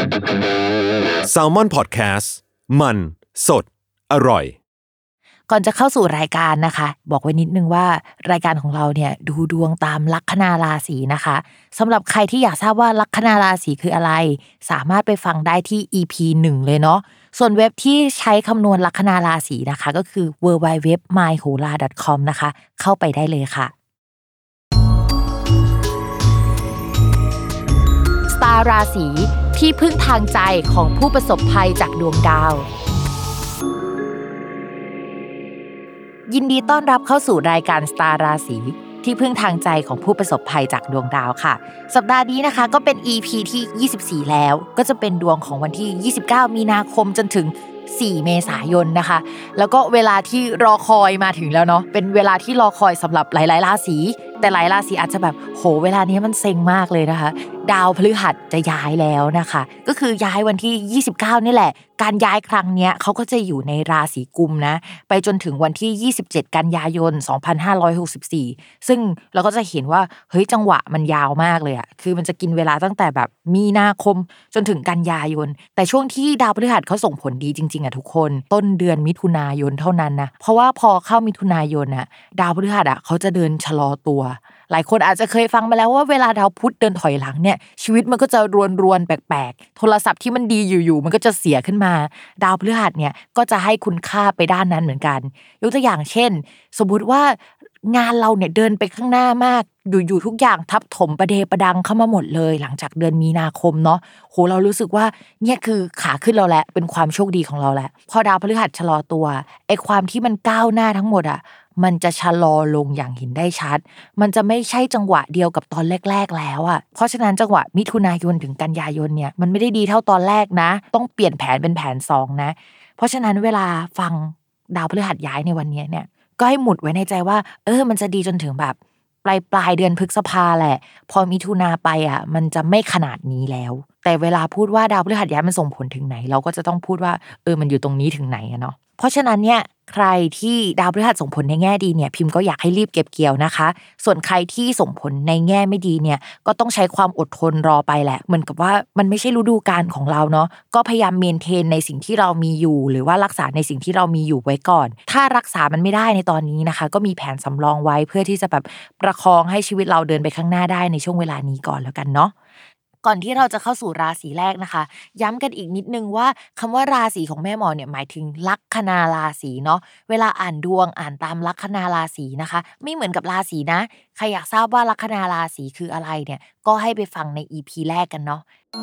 Salmon Podcast มันสดอร่อยก่อนจะเข้าสู่รายการนะคะบอกไว้นิดนึงว่ารายการของเราเนี่ยดูดวงตามลัคนาราศีนะคะสำหรับใครที่อยากทราบว่าลัคนาราศีคืออะไรสามารถไปฟังได้ที่ EP 1เลยเนาะส่วนเว็บที่ใช้คำนวณลัคนาราศีนะคะก็คือ www.myhola.com นะคะเข้าไปได้เลยค่ะสตาร์ราศีที่พึ่งทางใจของผู้ประสบภัยจากดวงดาวยินดีต้อนรับเข้าสู่รายการสตาร์ราศีที่พึ่งทางใจของผู้ประสบภัยจากดวงดาวค่ะสัปดาห์นี้นะคะก็เป็น EP ที่24แล้วก็จะเป็นดวงของวันที่29มีนาคมจนถึง4เมษายนนะคะแล้วก็เวลาที่รอคอยมาถึงแล้วเนาะเป็นเวลาที่รอคอยสำหรับหลายๆราศีแต่หลายราศีอาจจะแบบโหเวลานี้มันเซ็งมากเลยนะคะดาวพฤหัสจะย้ายแล้วนะคะก็คือย้ายวันที่29นี่แหละการย้ายครั้งเนี้ยเขาก็จะอยู่ในราศีกุมนะไปจนถึงวันที่27กันยายน2564ซึ่งเราก็จะเห็นว่าเฮ้ยจังหวะมันยาวมากเลยอ่ะคือมันจะกินเวลาตั้งแต่แบบมีนาคมจนถึงกันยายนแต่ช่วงที่ดาวพฤหัสเขาส่งผลดีจริงๆอ่ะทุกคนต้นเดือนมิถุนายนเท่านั้นนะเพราะว่าพอเข้ามิถุนายนน่ะดาวพฤหัสอ่ะเขาจะเดินชะลอตัวหลายคนอาจจะเคยฟังมาแล้วว่าเวลาดาวพุธเดินถอยหลังเนี่ยชีวิตมันก็จะรวนๆแปลกๆโทรศัพท์ที่มันดีอยู่ๆมันก็จะเสียขึ้นมาดาวพฤหัสเนี่ยก็จะให้คุณค่าไปด้านนั้นเหมือนกันยกตัวอย่างเช่นสมมุติว่างานเราเนี่ยเดินไปข้างหน้ามากอยู่ๆทุกอย่างทับถมประเดประดังเข้ามาหมดเลยหลังจากเดือนมีนาคมเนาะโหเรารู้สึกว่าเนี่ยคือขาขึ้นเราแหละเป็นความโชคดีของเราแหละพอดาวพฤหัสชะลอตัวไอ้ความที่มันก้าวหน้าทั้งหมดอ่ะมันจะชะลอลงอย่างเห็นได้ชัดมันจะไม่ใช่จังหวะเดียวกับตอนแรกๆแล้วอ่ะเพราะฉะนั้นจังหวะมิถุนายนถึงกันยายนเนี่ยมันไม่ได้ดีเท่าตอนแรกนะต้องเปลี่ยนแผนเป็นแผน2นะเพราะฉะนั้นเวลาฟังดาวพฤหัสย้ายในวันนี้เนี่ยก็ให้หมุดไว้ในใจว่ามันจะดีจนถึงแบบปลายเดือนพฤษภาแหละพอมิถุนาไปอ่ะมันจะไม่ขนาดนี้แล้วแต่เวลาพูดว่าดาวพฤหัสย้ายมันส่งผลถึงไหนเราก็จะต้องพูดว่ามันอยู่ตรงนี้ถึงไหนอะเนาะเพราะฉะนั้นเนี่ยใครที่ดาวพฤหัสส่งผลในแง่ดีเนี่ยพิมพ์ก็อยากให้รีบเก็บเกี่ยวนะคะส่วนใครที่ส่งผลในแง่ไม่ดีเนี่ยก็ต้องใช้ความอดทนรอไปแหละเหมือนกับว่ามันไม่ใช่ฤดูกาลของเราเนาะก็พยายามเมนเทนในสิ่งที่เรามีอยู่หรือว่ารักษาในสิ่งที่เรามีอยู่ไว้ก่อนถ้ารักษามันไม่ได้ในตอนนี้นะคะก็มีแผนสำรองไว้เพื่อที่จะแบบประคองให้ชีวิตเราเดินไปข้างหน้าได้ในช่วงเวลานี้ก่อนแล้วกันเนาะก่อนที่เราจะเข้าสู่ราศีแรกนะคะย้ำกันอีกนิดนึงว่าคำว่าราศีของแม่หมอเนี่ยหมายถึงลัคนาราศีเนาะเวลาอ่านดวงอ่านตามลัคนาราศีนะคะไม่เหมือนกับราศีนะใครอยากทราบว่าลัคนาราศีคืออะไรเนี่ยก็ให้ไปฟังใน EP แรกกันเนาะ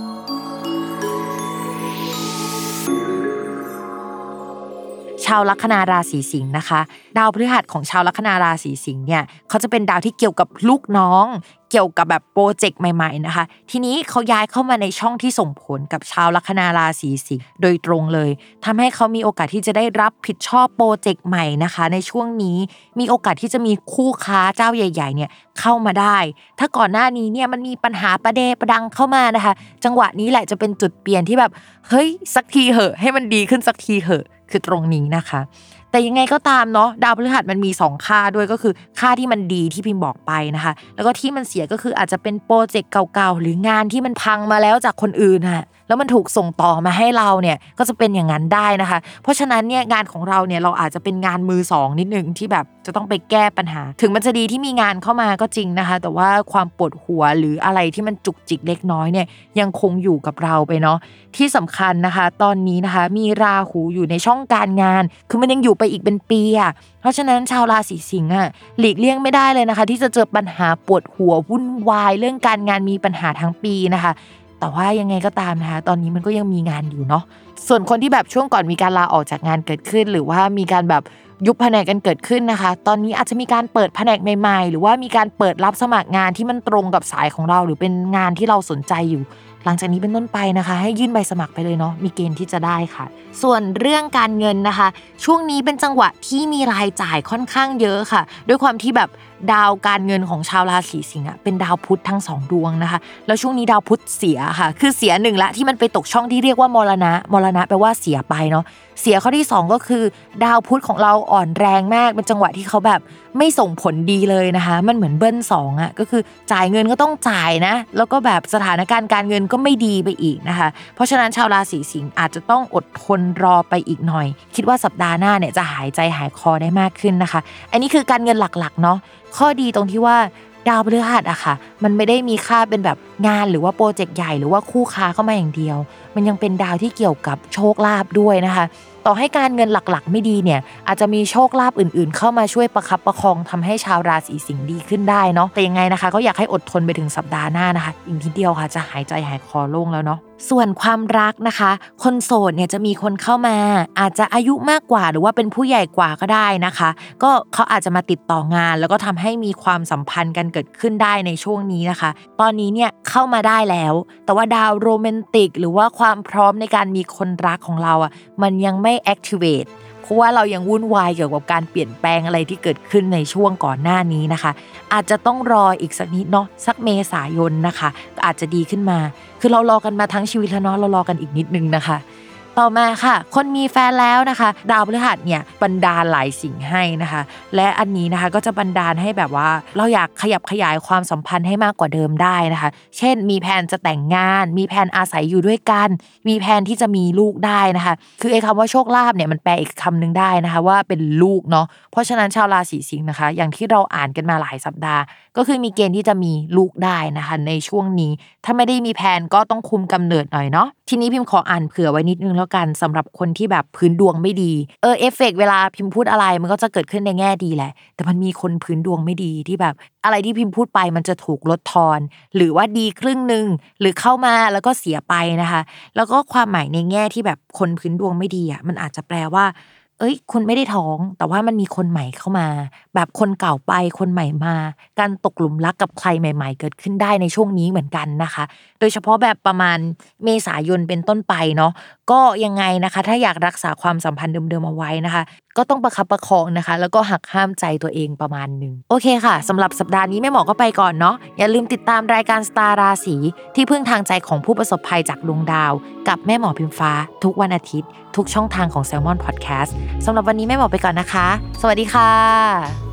ชาวลัคนาราศีสิงห์นะคะดาวพฤหัสของชาวลัคนาราศีสิงห์เนี่ยเขาจะเป็นดาวที่เกี่ยวกับลูกน้องเกี่ยวกับแบบโปรเจกต์ใหม่ๆนะคะทีนี้เขาย้ายเข้ามาในช่องที่ส่งผลกับชาวลัคนาราศีสิงห์โดยตรงเลยทำให้เขามีโอกาสที่จะได้รับผิดชอบโปรเจกต์ใหม่นะคะในช่วงนี้มีโอกาสที่จะมีคู่ค้าเจ้าใหญ่ๆเนี่ยเข้ามาได้ถ้าก่อนหน้านี้เนี่ยมันมีปัญหาประเดประดังเข้ามานะคะจังหวะนี้แหละจะเป็นจุดเปลี่ยนที่แบบเฮ้ยสักทีเหอะให้มันดีขึ้นสักทีเหอะคือตรงนี้นะคะแต่ยังไงก็ตามเนาะดาวพฤหัสมันมี2ค่าด้วยก็คือค่าที่มันดีที่พิมพ์บอกไปนะคะแล้วก็ที่มันเสียก็คืออาจจะเป็นโปรเจกต์เก่าๆหรืองานที่มันพังมาแล้วจากคนอื่นน่ะแล้วมันถูกส่งต่อมาให้เราเนี่ยก็จะเป็นอย่างนั้นได้นะคะเพราะฉะนั้นเนี่ยงานของเราเนี่ยเราอาจจะเป็นงานมือ2นิดนึงที่แบบจะต้องไปแก้ปัญหาถึงมันจะดีที่มีงานเข้ามาก็จริงนะคะแต่ว่าความปวดหัวหรืออะไรที่มันจุกจิกเล็กน้อยเนี่ยยังคงอยู่กับเราไปเนาะที่สำคัญนะคะตอนนี้นะคะมีราหูอยู่ในช่องการงานคือมันยังอยู่ไปอีกเป็นปีอ่ะเพราะฉะนั้นชาวราศีสิงห์อ่ะหลีกเลี่ยงไม่ได้เลยนะคะที่จะเจอปัญหาปวดหัววุ่นวายเรื่องการงานมีปัญหาทั้งปีนะคะแต่ว่ายังไงก็ตามนะคะตอนนี้มันก็ยังมีงานอยู่เนาะส่วนคนที่แบบช่วงก่อนมีการลาออกจากงานเกิดขึ้นหรือว่ามีการแบบยุบแผนกกันเกิดขึ้นนะคะตอนนี้อาจจะมีการเปิดแผนกใหม่ๆหรือว่ามีการเปิดรับสมัครงานที่มันตรงกับสายของเราหรือเป็นงานที่เราสนใจอยู่หลังจากนี้เป็นต้นไปนะคะให้ยื่นใบสมัครไปเลยเนาะมีเกณฑ์ที่จะได้ค่ะส่วนเรื่องการเงินนะคะช่วงนี้เป็นจังหวะที่มีรายจ่ายค่อนข้างเยอะค่ะด้วยความที่แบบดาวการเงินของชาวราศีสิงห์เป็นดาวพุธทั้ง2ดวงนะคะแล้วช่วงนี้ดาวพุธเสียค่ะคือเสีย1ละที่มันไปตกช่องที่เรียกว่ามรณะแปลว่าเสียไปเนาะเสียข้อที่2ก็คือดาวพุธของเราอ่อนแรงมากเป็นจังหวะที่เขาแบบไม่ส่งผลดีเลยนะคะมันเหมือนเบิ้ล2ก็คือจ่ายเงินก็ต้องจ่ายนะแล้วก็แบบสถานการณ์การเงินก็ไม่ดีไปอีกนะคะเพราะฉะนั้นชาวราศีสิงห์อาจจะต้องอดทนรอไปอีกหน่อยคิดว่าสัปดาห์หน้าเนี่ยจะหายใจหายคอได้มากขึ้นนะคะอันนี้คือการเงินหลักๆเนาะข้อดีตรงที่ว่าดาวพฤหัสอะค่ะมันไม่ได้มีค่าเป็นแบบงานหรือว่าโปรเจกต์ใหญ่หรือว่าคู่ค้าเข้ามาอย่างเดียวมันยังเป็นดาวที่เกี่ยวกับโชคลาภด้วยนะคะต่อให้การเงินหลักๆไม่ดีเนี่ยอาจจะมีโชคลาภอื่นๆเข้ามาช่วยประคับประคองทำให้ชาวราศีสิงห์ดีขึ้นได้เนาะแต่ยังไงนะคะก็อยากให้อดทนไปถึงสัปดาห์หน้านะคะอีกนิดเดียวค่ะจะหายใจหายคอโล่งแล้วเนาะส่วนความรักนะคะคนโสดเนี่ยจะมีคนเข้ามาอาจจะอายุมากกว่าหรือว่าเป็นผู้ใหญ่กว่าก็ได้นะคะก็เขาอาจจะมาติดต่องานแล้วก็ทำให้มีความสัมพันธ์กันเกิดขึ้นได้ในช่วงนี้นะคะตอนนี้เนี่ยเข้ามาได้แล้วแต่ว่าดาวโรแมนติกหรือว่าความพร้อมในการมีคนรักของเราอ่ะมันยังไม่ activate เพราะว่าเรายังวุ่นวายเกี่ยวกับการเปลี่ยนแปลงอะไรที่เกิดขึ้นในช่วงก่อนหน้านี้นะคะอาจจะต้องรออีกสักนิดเนาะสักเมษายนนะคะก็อาจจะดีขึ้นมาคือเรารอกันมาทั้งชีวิตแล้วเนาะเรารอกันอีกนิดนึงนะคะต่อมาค่ะคนมีแฟนแล้วนะคะดาวพฤหัสเนี่ยบันดาลหลายสิ่งให้นะคะและอันนี้นะคะก็จะบันดาลให้แบบว่าเราอยากขยับขยายความสัมพันธ์ให้มากกว่าเดิมได้นะคะเช่นมีแผนจะแต่งงานมีแผนอาศัยอยู่ด้วยกันมีแผนที่จะมีลูกได้นะคะคือไอ้คำว่าโชคลาภเนี่ยมันแปลอีกคำนึงได้นะคะว่าเป็นลูกเนาะเพราะฉะนั้นชาวราศีสิงห์นะคะอย่างที่เราอ่านกันมาหลายสัปดาห์ก็คือมีเกณฑ์ที่จะมีลูกได้นะคะในช่วงนี้ถ้าไม่ได้มีแผนก็ต้องคุมกำเนิดหน่อยเนาะทีนี้พิมพ์ขออ่านเผื่อไว้นิดนึงแล้วกันสำหรับคนที่แบบพื้นดวงไม่ดีเอฟเฟกต์เวลาพิมพ์พูดอะไรมันก็จะเกิดขึ้นในแง่ดีแหละแต่มันมีคนพื้นดวงไม่ดีที่แบบอะไรที่พิมพ์พูดไปมันจะถูกลดทอนหรือว่าดีครึ่งนึงหรือเข้ามาแล้วก็เสียไปนะคะแล้วก็ความหมายในแง่ที่แบบคนพื้นดวงไม่ดีอ่ะมันอาจจะแปลว่าคุณไม่ได้ท้องแต่ว่ามันมีคนใหม่เข้ามาแบบคนเก่าไปคนใหม่มาการตกหลุมรักกับใครใหม่ๆเกิดขึ้นได้ในช่วงนี้เหมือนกันนะคะโดยเฉพาะแบบประมาณเมษายนเป็นต้นไปเนาะก็ยังไงนะคะถ้าอยากรักษาความสัมพันธ์เดิมๆเอาไว้นะคะก็ต้องประคับประคองนะคะแล้วก็หักห้ามใจตัวเองประมาณนึงโอเคค่ะสำหรับสัปดาห์นี้แม่หมอก็ไปก่อนเนาะอย่าลืมติดตามรายการสตาร์ราศีที่พึ่งทางใจของผู้ประสบภัยจากดวงดาวกับแม่หมอพิมฟ้าทุกวันอาทิตย์ทุกช่องทางของ Salmon Podcast สำหรับวันนี้แม่หมอไปก่อนนะคะสวัสดีค่ะ